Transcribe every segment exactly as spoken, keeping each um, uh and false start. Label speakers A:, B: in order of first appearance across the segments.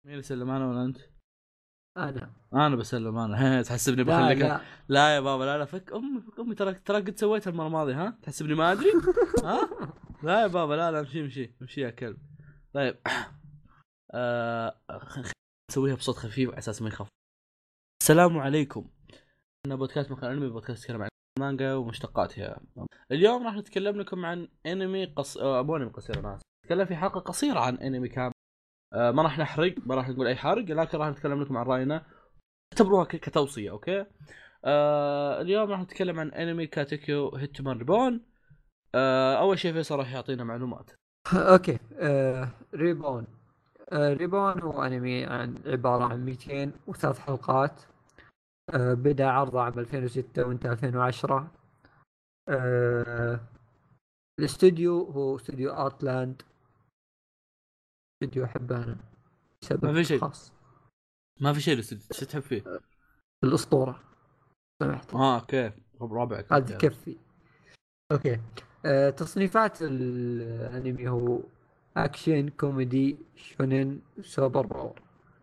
A: مين يسلم، انا ولا انت؟
B: انا
A: انا بسلم انا. تحسبني
B: لا
A: بخليك؟
B: لا
A: لا يا بابا، لا لا، فك امي فك امي، ترى ترى قد سويت المره الماضيه. ها تحسبني ما ادري؟ ها لا يا بابا، لا لا، امشي امشي امشي يا كلب. طيب. آه... خ- نسويها بصوت خفيف على اساس ما يخاف. السلام عليكم. انا بودكاست مقال انمي، بودكاست يتكلم عن المانجا ومشتقاتها. اليوم راح نتكلم لكم عن انمي قص آه، ابو انمي قصير. ناس نتكلم في حلقه قصيره عن انمي كامل. آه، ما راح نحرق، ما راح نقول اي حرق، لكن راح نتكلم لكم عن راينا. اعتبروها ك- كتوصيه. اوكي. آه اليوم راح نتكلم عن انمي كاتيكيو هيتمان ريبون. آه اول شيء فيصل راح يعطينا معلومات.
B: اوكي. آه ريبون. آه ريبون هو انمي عن عبارة عن مئتين وثلاث حلقات. آه بدأ عرضه عام ألفين وستة وانتهى ألفين وعشرة. آه الاستوديو هو استوديو ارتلاند. استوديو احبه انا
A: ما
B: بسبب
A: في شيء،
B: خاص.
A: ما في شيء لسه شو تحب فيه؟
B: الاسطورة سمحت.
A: اه اوكي، رب- رابعك
B: هذه
A: اوكي.
B: تكفي. اوكي. آه تصنيفات الانمي هو اكشن، كوميدي، شونين، سوبر باور،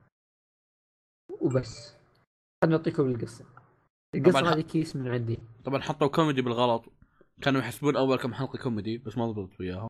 B: وبس. خلنا نعطيكم القصة.
A: طبعا
B: القصة هذه
A: ح...
B: كيس من عندي.
A: طبعا حطوا كوميدي بالغلط. كانوا يحسبون اول كم حلقه كوميدي، بس ما ضبطت وياهم.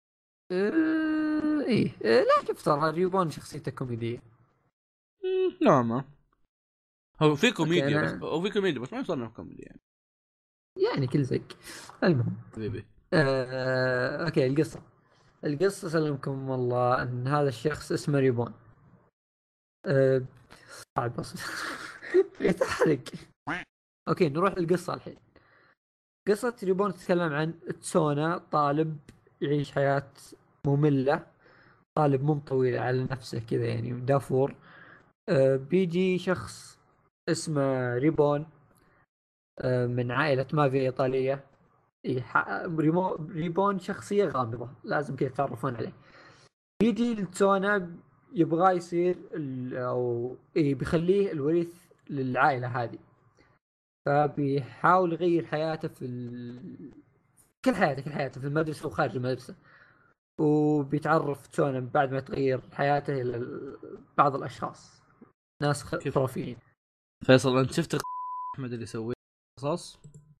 B: آه ايه آه لا شوف ترى ريوبون شخصيته كوميدية.
A: مم، نوعا ما. هو في
B: اوكي
A: كوميديا، بس
B: انا
A: هو في كوميديا بس ما يصنف كوميدي يعني.
B: يعني كل زق. المهم.
A: حبيبي.
B: آه اوكي القصة. القصة سلمكم الله ان هذا الشخص اسمه ريبون. آه صعب بس يتحرق. اوكي نروح للقصة الحين. قصة ريبون تتكلم عن تسونا، طالب يعيش حياة مملة، طالب منطوي على نفسه كذا يعني دافور. آه بيجي شخص اسمه ريبون، آه من عائلة مافيا إيطالية. يح- ريمو... ريبون شخصية غامضة لازم كذا تعرفون عليه. بيجي لتسونا يبغاه يصير ال... أو إيه بيخليه الوريث للعائلة هذه. فبيحاول يغير حياته في ال... كل حياته كل حياته في المدرسة وخارج المدرسة. وبيتعرف تسونا بعد ما تغير حياته إلى ال- بعض الأشخاص، ناس خ-
A: كيف
B: خرافيين.
A: فيصل انت شفت احمد اللي يسوي قصص؟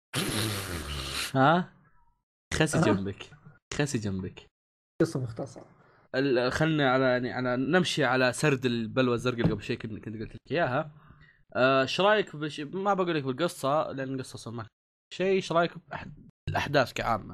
A: ها خسي
B: أه
A: جنبك، خسي جنبك.
B: قصة مختصرة.
A: ال- خلنا على يعني على نمشي على سرد البلوى الزرقاء اللي قبل شيء كنت كنت قلت لك اياها. آه، ايش رايك بش... ما بقول لك بالقصه لان القصه اصلا ما شيء. ايش رايك بأحد... الاحداث كعامه؟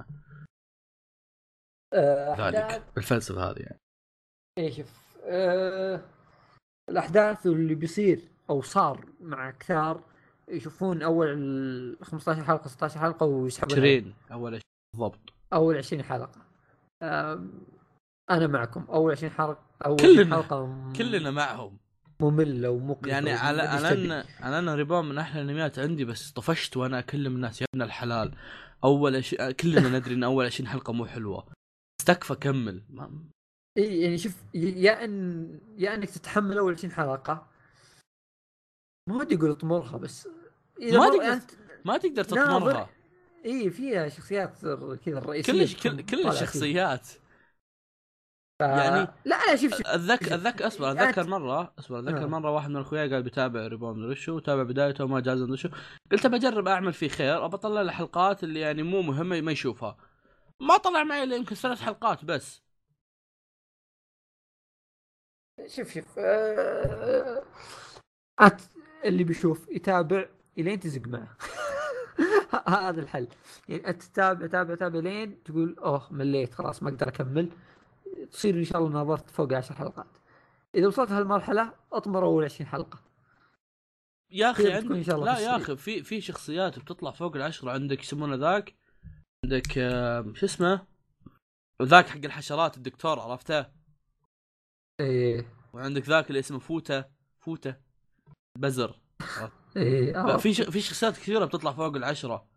B: أه
A: ذلك
B: أحداث.
A: بالفلسفه هذه يعني.
B: إيه شوف. أه الأحداث واللي بيصير أو صار مع كثار يشوفون أول خمسة عشر حلقة ستة عشر حلقة ويسحبون عليه.
A: عشرين اول شيء بالضبط.
B: أول عشرين حلقة. أه أنا معكم. أول عشرين حلقة أول عشرين
A: كلنا
B: حلقة م-
A: كلنا معهم.
B: مملة ومقرفة
A: يعني على
B: وما أدري إيش
A: على
B: تبي.
A: ان على ان ريبون من احلى الانميات عندي، بس طفشت وانا اكلم الناس يا ابن الحلال. اول أش... كلنا ندري ان اول عشرين حلقه مو حلوه. استكفى كمل ما...
B: إيه يعني شوف ي- يا إن يا إنك تتحمل أول عشرين حلقة. ما ودي أقول اطمرها بس إذا
A: ما
B: مرة
A: تقدر
B: أنت
A: ما تقدر
B: ناظر.
A: تطمرها.
B: إيه فيها شخصيات كذا الرئيسية
A: كل كل
B: تكون
A: كل
B: طالعة فيها.
A: الشخصيات يعني.
B: ف لا لا شوف شوف
A: اتذكر
B: شوف
A: اتذكر اصبر
B: أنت
A: اتذكر مره اصبر اتذكر
B: آه.
A: مره واحد من اخوياي قال بيتابع ريبون من رشو وتابع بدايته وما جاز من رشو. قلت بجرب اعمل فيه خير، ابى اطلع له حلقات اللي يعني مو مهمه ما يشوفها. ما طلع معي الا يمكن ثلاث حلقات بس.
B: شوف شوف آه... أت... اللي بيشوف يتابع الين تزق معه. هذا الحل. يعني انت تتابع تابع تابع لين تقول اوه مليت خلاص ما اقدر اكمل. تصير ان شاء الله ناظرت فوق عشر حلقات. اذا وصلت هالمرحله اطمر اول عشرين حلقه.
A: يا
B: كذا
A: اخي
B: بتكون
A: عند
B: ان شاء الله في
A: لا يا
B: السريع.
A: اخي في في شخصيات بتطلع فوق العشرة. عندك يسمونه ذاك، عندك آه، شو اسمه، ذاك حق الحشرات الدكتور عرفته.
B: ايه
A: وعندك ذاك اللي اسمه فوته، فوته بزر عرفت؟
B: ايه
A: في ش...
B: عرفت.
A: في شخصيات كثيره بتطلع فوق العشرة.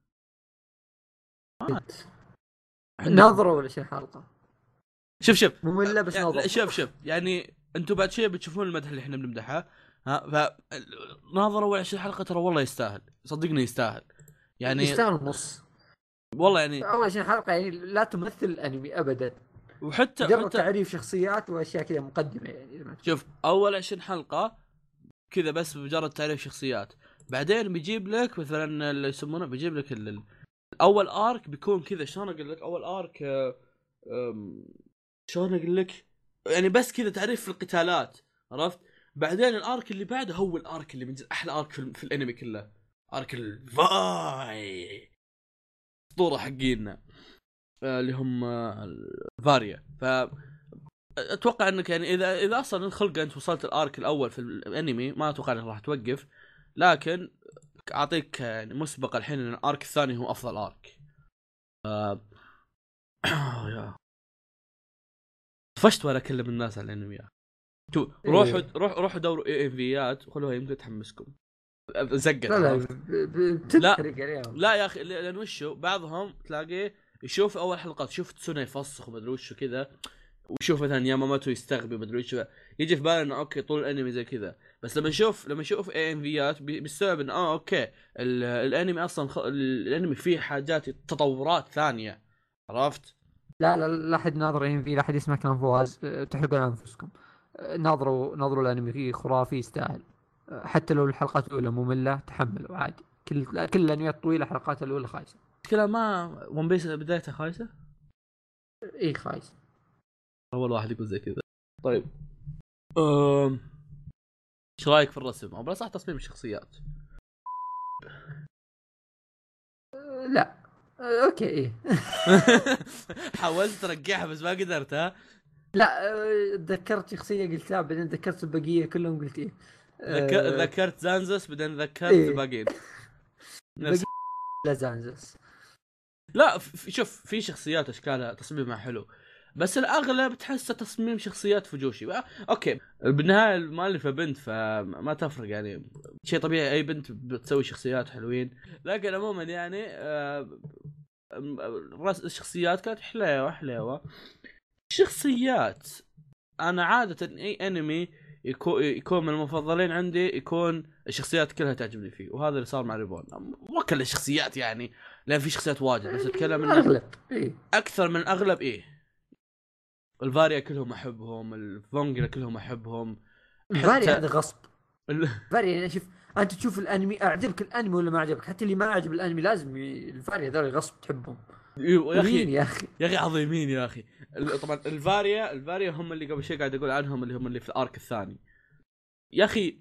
A: عندك
B: ناظر اول عشرين حلقه
A: شوف شوف
B: ممله بس
A: يعني لا،
B: ناظر.
A: شوف شوف يعني انتم بعد شوي بتشوفون المدح اللي احنا بنمدحه. ها ف ناظر اول عشرين حلقه ترى والله يستاهل، صدقني يستاهل يعني.
B: يستاهل نص.
A: والله يعني.
B: اول عشرين حلقه يعني لا تمثل الانمي ابدا.
A: وحتى
B: مجرد
A: حتى
B: تعريف شخصيات واشياء كذا مقدمه يعني. إذا ما تشوف.
A: شوف اول عشرين حلقه كذا بس مجرد تعريف شخصيات، بعدين بيجيب لك مثلا اللي يسمونه بيجيب لك ال- اول ارك بيكون كذا شلون اقول لك اول ارك آه، أم، شلون اقول لك يعني بس كذا تعريف في القتالات، عرفت؟ بعدين الارك اللي بعده هو الارك اللي من جد احلى ارك في, في الانمي كله، ارك الفاي اسطوره حقينا آه، اللي هم آه، الفاريا. ف اتوقع انك يعني اذا اذا اصلا الخلق انت وصلت الارك الاول في الانمي ما اتوقع انك راح توقف، لكن اعطيك يعني مسبق الحين ان الارك الثاني هو افضل ارك. آه... يا طفشت وانا اكلم الناس على الانمي. شو روحوا
B: إيه.
A: روح روحوا دوروا اي ام فيات وخلوها يمكن تحمسكم. زقت
B: لا لا
A: عرفت؟
B: ب- ب-
A: لا
B: بتنحرق عليهم.
A: لا يا اخي لان وشو بعضهم تلاقيه يشوف اول حلقه تشوف تسونا يفسخ ومدري وشو كذا، وشوف مثلا ياماماتو يستغبي مدري وشو، يجي في باله انه اوكي طول الانمي زي كذا. بس لما نشوف لما نشوف اي ام فيات بيستوعب انه اه اوكي ال- الانمي اصلا خ... الانمي فيه حاجات تطورات ثانيه، عرفت؟
B: لا لا لا احد ناظر في، لا احد يسمع كلام فواز، أه، تحرقون على انفسكم. أه، ناظروا ناظروا الانمي فيه خرافي يستاهل. أه، حتى لو الحلقات الاولى ممله تحملوا عادي. كل كل الانميات طويله حلقات الاولى خايسه.
A: كلام ما ون بيس بدايته خايسه،
B: اي خايس.
A: اول واحد يقول زي كذا. طيب امم ايش رايك في الرسم او بلا صح تصميم الشخصيات؟
B: أه، لا. أه، اوكي ايه.
A: حاولت ترجعها بس ما قدرت. ها
B: لا. أه، تذكرت شخصيه قلتها بعدين ذكرت البقيه كلهم قلت ايه.
A: ذك...
B: أه،
A: ذكرت زانزس بعدين ذكرت
B: ايه
A: الباقيين. نفس
B: البقيه لا زانزس.
A: لا ف- شوف في شخصيات اشكالها تصميمها حلو، بس الاغلب تحسه تصميم شخصيات فجوشي. بقى اوكي بالنهايه المؤلفه بنت فما تفرق يعني، شيء طبيعي اي بنت بتسوي شخصيات حلوين. لكن عموما يعني آه، الرس- الشخصيات كانت حلوه حلوه. شخصيات انا عاده اي انمي يكون يكون من المفضلين عندي يكون الشخصيات كلها تعجبني فيه، وهذا اللي صار مع ريبون. مو كل الشخصيات يعني لان في شخصيات واجد، بس اتكلم انه
B: اغلب ايه.
A: اكثر من الاغلب. ايه الفاريا كلهم احبهم، الفونجلا كلهم احبهم،
B: الفاري
A: حتى
B: هذا غصب.
A: ال...
B: فاري يعني شوف، انت تشوف الانمي اعجبك الانمي ولا ما اعجبك، حتى اللي ما عجب الانمي لازم ي... الفاري هذول غصب تحبهم.
A: يا
B: قويين
A: اخي
B: يا اخي.
A: يا اخي عظيمين يا اخي. ال- طبعا الفاريا الفاريا هم اللي قبل شيء قاعد اقول عنهم اللي هم اللي في الارك الثاني يا اخي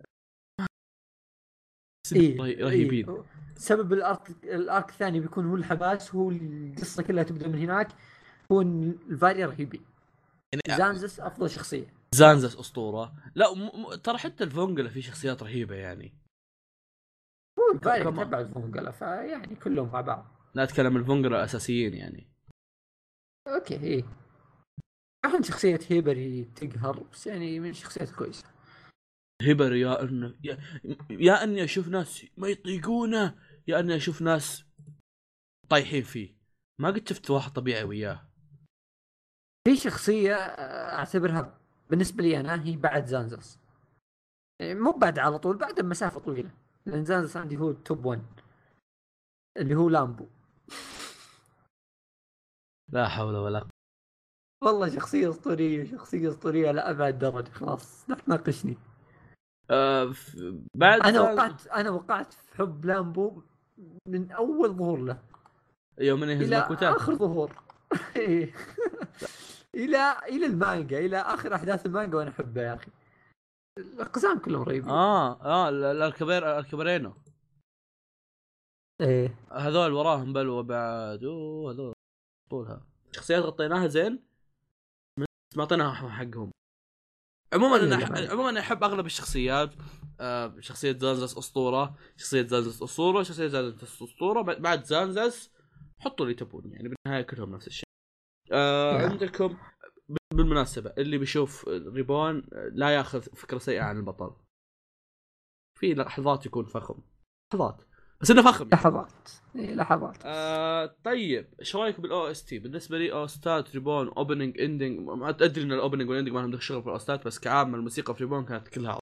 B: ايه
A: رهي-
B: ايه.
A: رهيبين.
B: سبب الارك الارك الثاني بيكون هو الحماس، هو القصه كلها تبدا من هناك. هو إن الفاري رهيبين.
A: يعني
B: زانزس افضل شخصيه.
A: زانزس اسطوره. لا م... م... ترى حتى الفونجلا في شخصيات رهيبه يعني.
B: هو
A: ك...
B: الفاري
A: كما
B: تبع الفونجلا فيعني كلهم مع بعض.
A: لا اتكلم الفونجلا الاساسيين يعني.
B: اوكي ايه. احنا شخصيه هيبري تقهر بس يعني من الشخصيات كويسه.
A: هبر يا انه يا... يا اني اشوف ناس ما يطيقونه، يا اني اشوف ناس طايحين فيه. ما قد شفت واحد طبيعي وياه.
B: في شخصيه آه، اعتبرها بالنسبه لي انا هي بعد زانزس. يعني مو بعد على طول، بعد مسافه طويله. لان زانزس عندي هو التوب واحد اللي هو لامبو.
A: لا حول ولا قوة.
B: والله شخصيه اسطوريه، شخصيه اسطوريه لابعد درجه. خلاص لا تناقشني.
A: أه ف... بعد
B: انا
A: زان...
B: وقعت انا وقعت في حب لامبو من اول ظهور له
A: يوم انه يهز
B: الى
A: ماكوتا.
B: اخر ظهور. إيه. الى الى المانجا، الى اخر احداث المانجا وانا احبه يا اخي. الاقزام كلهم رهيبين.
A: اه اه ال- الكبير الكبرينو
B: ايه.
A: هذول وراهم بلوى بعد. اوه هذول طولها شخصيات غطيناها زين بس ما اعطيناها حقهم. عموما
B: الا
A: انا
B: اللي
A: أح...
B: ما
A: عموما انا احب اغلب الشخصيات. آه شخصيه زانزس اسطوره، شخصيه زانزس اسطوره، شخصيه زانزس اسطوره. بعد زانزس حطوا اللي تبون يعني بالنهايه كلهم نفس الشيء. آه
B: يا.
A: عندكم بالمناسبه اللي بيشوف ريبون لا ياخذ فكره سيئه عن البطل. في لحظات يكون فخم، لحظات بس انه فخم يعني.
B: لحظات. إيه لحظات.
A: آه طيب ايش رايك بالاو اس تي؟ بالنسبه لي اوستات ريبون اوبننج اندنج، ما ادري ان الاوبننج والاندنج ما لهم شغل في الاوستات، بس كعام الموسيقى في ريبون كانت كلها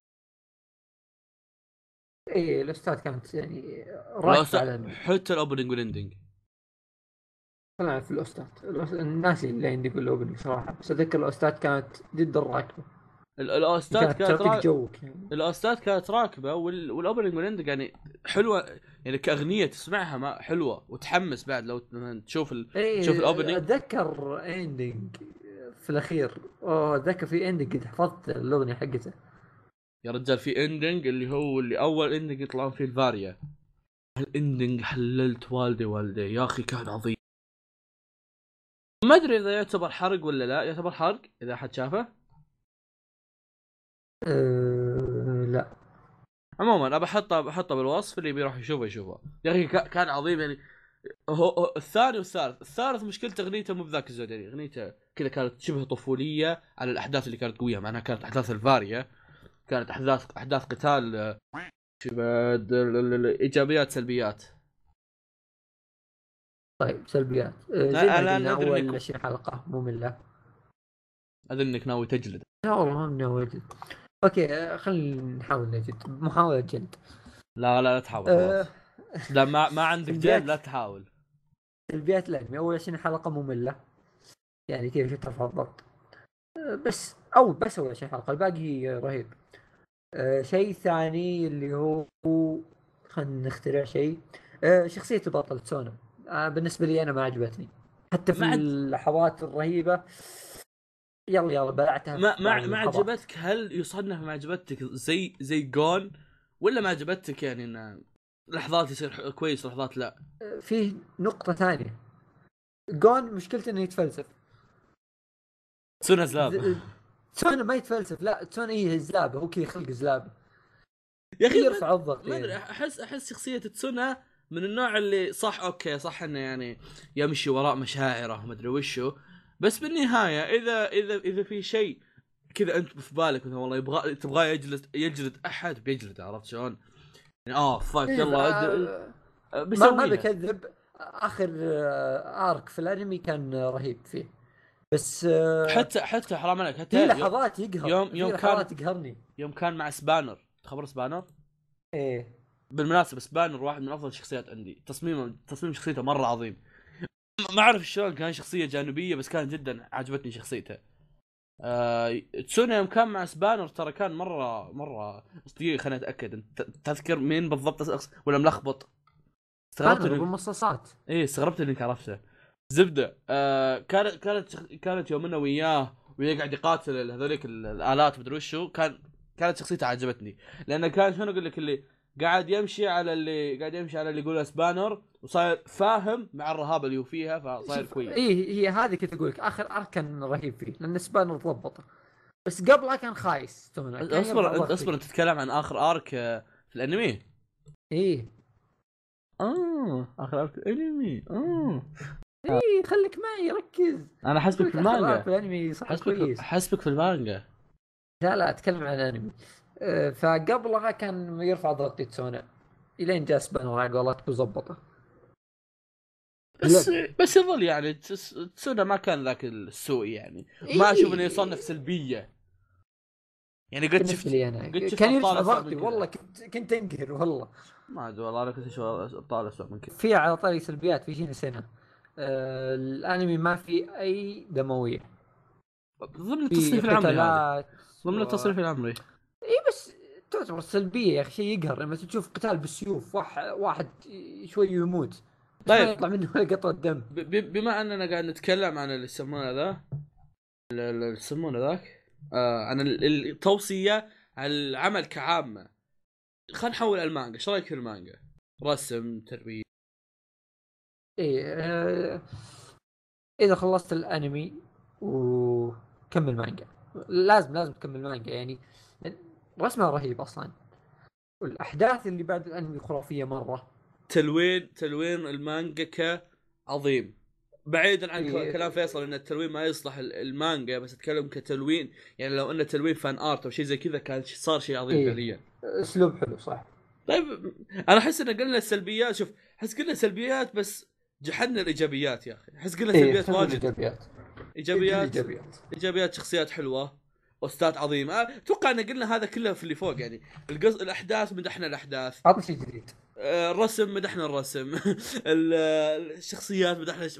B: ايه الاستاذ كانت يعني راكبه
A: الاوستات
B: على ال-
A: حتى الاوبننج والاندنج.
B: طلع في الاوستات الأوس- الناس اللي عندي بالاوبننج صراحه، بس اتذكر الاوستات كانت جدا راكبه،
A: ال- الاوستات
B: كانت
A: كانت
B: تعطيك
A: را...
B: جوك يعني.
A: الاوستات كانت راكبه، وال... والاوبننج والاندنج يعني حلوه، يعني كاغنيه تسمعها ما حلوه وتحمس بعد لو ت- مثلاً تشوف ال... تشوف
B: ايه
A: الاوبننج.
B: اتذكر اندنج في الاخير، اوه اتذكر في اندنج قد حفظت الاغنيه حقته.
A: يا رجال في اندنج اللي هو اللي اول اندنج يطلعون فيه الفاريا، الاندنج حللت والدي والدي يا اخي كان عظيم. ما ادري اذا يعتبر حرق ولا لا، يعتبر حرق اذا احد شافه.
B: أه لا.
A: عموما ابى احطه بحطه بالوصف، اللي بيروح يشوفه يشوفه يا اخي، كا- كان عظيم يعني. هو هو الثاني والثالث، الثالث مشكلة اغنيته مو بذاك الزود، يعني اغنيته كذا كانت شبه طفولية على الاحداث اللي كانت قوية، معناها كانت احداث الفارية، كانت احداث احداث قتال، آه، شبه د- ال- ال- ال- ايجابيات سلبيات.
B: طيب سلبيات، أه زي
A: لا
B: ما
A: انا
B: قلنا
A: ندري
B: اول
A: انك
B: عشرين حلقه ممله.
A: ادري انك ناوي تجلد.
B: لا والله ما وجد. اوكي أه خلينا نحاول نجد محاوله جلد.
A: لا لا لا تحاول
B: أه
A: خلاص. لا ما ما عندك جلد،
B: سلبيات،
A: لا تحاول.
B: سلبيات الانمي اول عشرين حلقه ممله، يعني كيف شفت رفع الضغط. أه بس او بس اول عشرين حلقه الباقي رهيب. أه شيء ثاني اللي هو، خلينا نخترع شيء. أه شخصيه البطل تسونا، أه بالنسبه لي انا ما عجبتني، حتى في
A: ما عد...
B: اللحظات الرهيبه. يلا يلا بلعتها
A: ما
B: في بعض
A: ما ما
B: اللحظات.
A: عجبتك؟ هل يصنف ما عجبتك زي زي جون، ولا ما عجبتك يعني ان لحظات يصير ح- كويس لحظات لا؟
B: أه فيه نقطه ثانيه، جون مشكلته انه يتفلسف.
A: تسونا زلاب.
B: ذ- تسونا ما يتفلسف، لا تسونا هي زلابه، هو كذا يخلق زلابه،
A: يا اخي ما
B: يرفع الضغط
A: ما ادري،
B: يعني.
A: احس احس شخصيه تسونا من النوع اللي صح اوكي صح انه يعني يمشي وراء مشاعره ما ادري وشو، بس بالنهايه اذا اذا اذا في شيء كذا انت في بالك مثلا والله يبغى تبغاه يجلد يجلد احد بيجلد، عرفت شلون؟ يعني اه فاك
B: إيه ف-
A: يلا د-
B: آه، ما ما
A: بيسويها.
B: بكذب، اخر آه، ارك في الانمي كان آه، رهيب فيه، بس آه،
A: حتى حتى حرام عليك،
B: في
A: حتى يو-
B: لحظات يقهر،
A: يوم
B: في
A: يوم كان
B: لحظات يقهرني.
A: يوم كان مع سبانر، تخبر سبانر؟
B: ايه
A: بالمناسبه سبانر واحد من افضل الشخصيات عندي، تصميمه تصميم شخصيته مره عظيم. ما اعرف شلون كان شخصيه جانبيه بس كان جدا عجبتني شخصيته. آه... تسونا يوم كان مع سبانر ترى كان مره مره دقيقه خليني اتاكد، انت تذكر مين بالضبط أص- ولا ملخبط؟ استغربت
B: بانر ابو
A: اني
B: مصاصات.
A: ايه استغربت انك عرفته. زبده، آه... كانت كانت شخ... كانت يوم انه وياه ويقعد يقاتل هذوليك ال- الالات مدري وشو، كان كانت شخصيته عجبتني، لانه كان شنو اقول لك اللي قاعد يمشي على اللي قاعد يمشي على اللي يقوله سبانر، وصاير فاهم مع الرهابه اللي هو فيها، فصاير
B: شوف
A: كويس.
B: ايه هي هذه كنت اقول لك، اخر ارك كان رهيب فيه لان سبانر ضبطه، بس قبلها كان خايس تونا، كان يرفع
A: اصبر انت
B: ضغطي.
A: اصبر انت تتكلم عن اخر ارك آه، في الانمي.
B: ايه
A: اه اخر ارك انمي اه.
B: ايه خليك معي ركز.
A: انا
B: اقول
A: حسبك في
B: لك اخر ارك في
A: المانجا،
B: الانمي صح
A: حسبك
B: كويس.
A: حسبك في المانجا.
B: لا لا اتكلم عن انمي. آه، فقبلها كان يرفع ضغطي تسونا، الين جاء سبانر على قولتك وظبطه.
A: بس
B: لعب
A: بس يظل يعني تس- تسونا ما كان ذاك السوء يعني، ما اشوف انه يصنف
B: ايه
A: سلبيه، يعني قد
B: بالنسبه
A: شفت
B: لي انا
A: قد شفت
B: كان
A: ابطال
B: يرفع
A: اسوء من
B: ضغطي
A: كذا.
B: والله، كنت كنت انقهر والله.
A: ما ادري والله انا كنت اشوف ابطال اسوء من كذا.
B: في على طاري سلبيات في شيء نسينا، آه الانمي ما في اي دمويه،
A: ضمن
B: في
A: التصنيف العمري هذه،
B: قتالات
A: ضمن
B: و...
A: التصنيف العمري.
B: اي بس تعتبر سلبيه يا اخي، شيء يقهر لما تشوف قتال بالسيوف، واحد, واحد شوي يموت بس ما
A: طيب
B: يطلع منه ولا قطره دم.
A: ب- ب- بما اننا قاعد نتكلم عن اللي يسمونه ذا، ال- ال- اللي يسمونه ذاك، آه عن ال- التوصيه على العمل كعامه، خلينا نحول المانجا، ايش رايك في المانجا؟ رسم، تربيه.
B: ايه آه اذا خلصت الانمي وكمل مانجا، لازم لازم تكمل مانجا يعني، رسمها رهيب اصلا، والاحداث اللي بعد الانمي خرافيه مره.
A: تلوين تلوين المانجا عظيم، بعيدا عن ك- كلام
B: إيه
A: فيصل ان التلوين ما يصلح ال- المانجا، بس اتكلم كتلوين، يعني لو ان تلوين فان ارت او شيء زي كذا كان ش- صار شيء عظيم
B: ايه
A: فعليا.
B: اسلوب حلو صح.
A: طيب انا احس ان قلنا السلبيات، شوف احس قلنا سلبيات بس جحدنا الايجابيات يا اخي، احس قلنا
B: ايه
A: سلبيات
B: خلينا
A: واجد.
B: الايجابيات.
A: ايجابيات،
B: الايجابيات
A: ايجابيات شخصيات حلوه، اوستات عظيمه، اتوقع ان قلنا هذا كله في اللي فوق يعني. القص الاحداث مدحنا الاحداث،
B: عطني شيء جديد.
A: آه، الرسم مدحنا الرسم ال- الشخصيات مدحنا ش- ف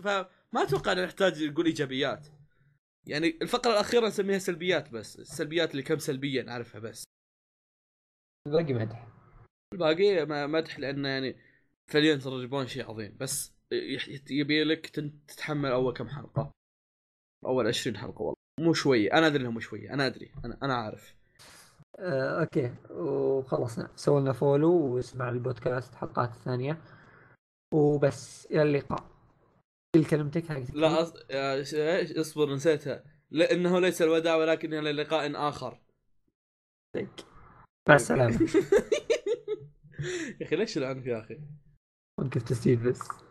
A: ما اتوقع ان نحتاج نقول ايجابيات. يعني الفقره الاخيره نسميها سلبيات، بس السلبيات اللي كم سلبيه نعرفها بس.
B: الباقي مدح.
A: الباقي ما مدح، لانه يعني فعليا ترى ريبون شيء عظيم، بس يح- يبي لك تن- تتحمل اول كم حلقه، اول عشرين حلقه. والله مو شويه، انا ادري انه مو شويه، انا ادري، انا انا عارف.
B: آه، اوكي وخلصنا، سووا لنا فولو واسمع البودكاست الحلقات الثانية وبس. الى اللقاء. كل كلمتك حقتك.
A: لا أص... يا ش- إيش؟ اصبر نسيتها. لانه ليس الوداع ولكن الى لقاء اخر.
B: مع السلامة.
A: يا اخي ليش العنف يا اخي؟
B: وقف تسجيل بس.